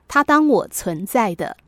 他当我存在的。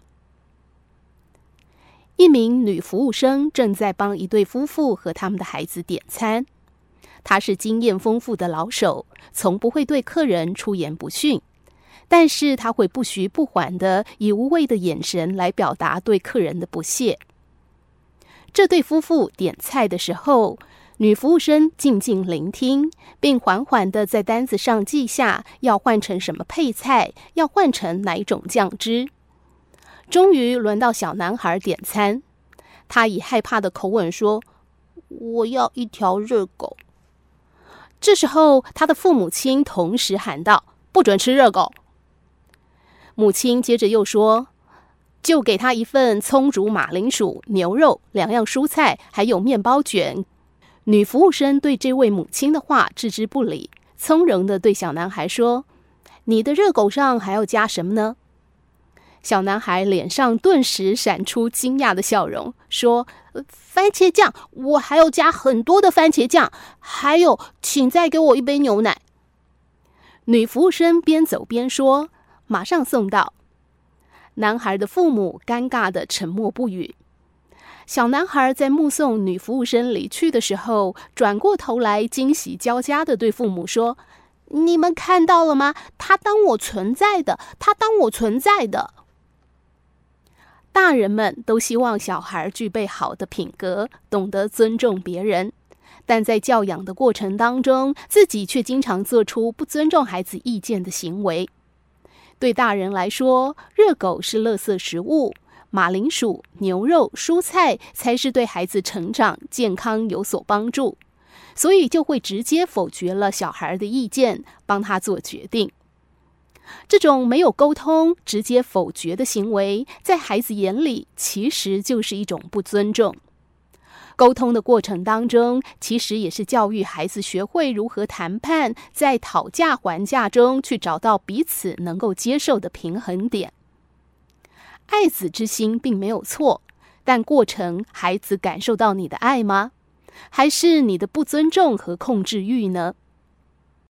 一名女服务生正在帮一对夫妇和他们的孩子点餐。她是经验丰富的老手，从不会对客人出言不逊，但是她会不徐不缓地以无谓的眼神来表达对客人的不屑。这对夫妇点菜的时候，女服务生静静聆听，并缓缓地在单子上记下要换成什么配菜，要换成哪一种酱汁。终于轮到小男孩点餐，他以害怕的口吻说：“我要一条热狗。”这时候，他的父母亲同时喊道：“不准吃热狗！”母亲接着又说：“就给他一份葱煮马铃薯、牛肉、2样蔬菜，还有面包卷。”女服务生对这位母亲的话置之不理，从容地对小男孩说：“你的热狗上还要加什么呢？”小男孩脸上顿时闪出惊讶的笑容，说：“番茄酱，我还要加很多的番茄酱，还有，请再给我一杯牛奶。”女服务生边走边说：“马上送到。”男孩的父母尴尬地沉默不语。小男孩在目送女服务生离去的时候，转过头来惊喜交加地对父母说：“你们看到了吗？他当我存在的，他当我存在的。”大人们都希望小孩具备好的品格，懂得尊重别人，但在教养的过程当中，自己却经常做出不尊重孩子意见的行为。对大人来说，热狗是垃圾食物，马铃薯、牛肉、蔬菜才是对孩子成长健康有所帮助，所以就会直接否决了小孩的意见，帮他做决定。这种没有沟通、直接否决的行为，在孩子眼里其实就是一种不尊重。沟通的过程当中，其实也是教育孩子学会如何谈判，在讨价还价中去找到彼此能够接受的平衡点。爱子之心并没有错，但过程孩子感受到你的爱吗？还是你的不尊重和控制欲呢？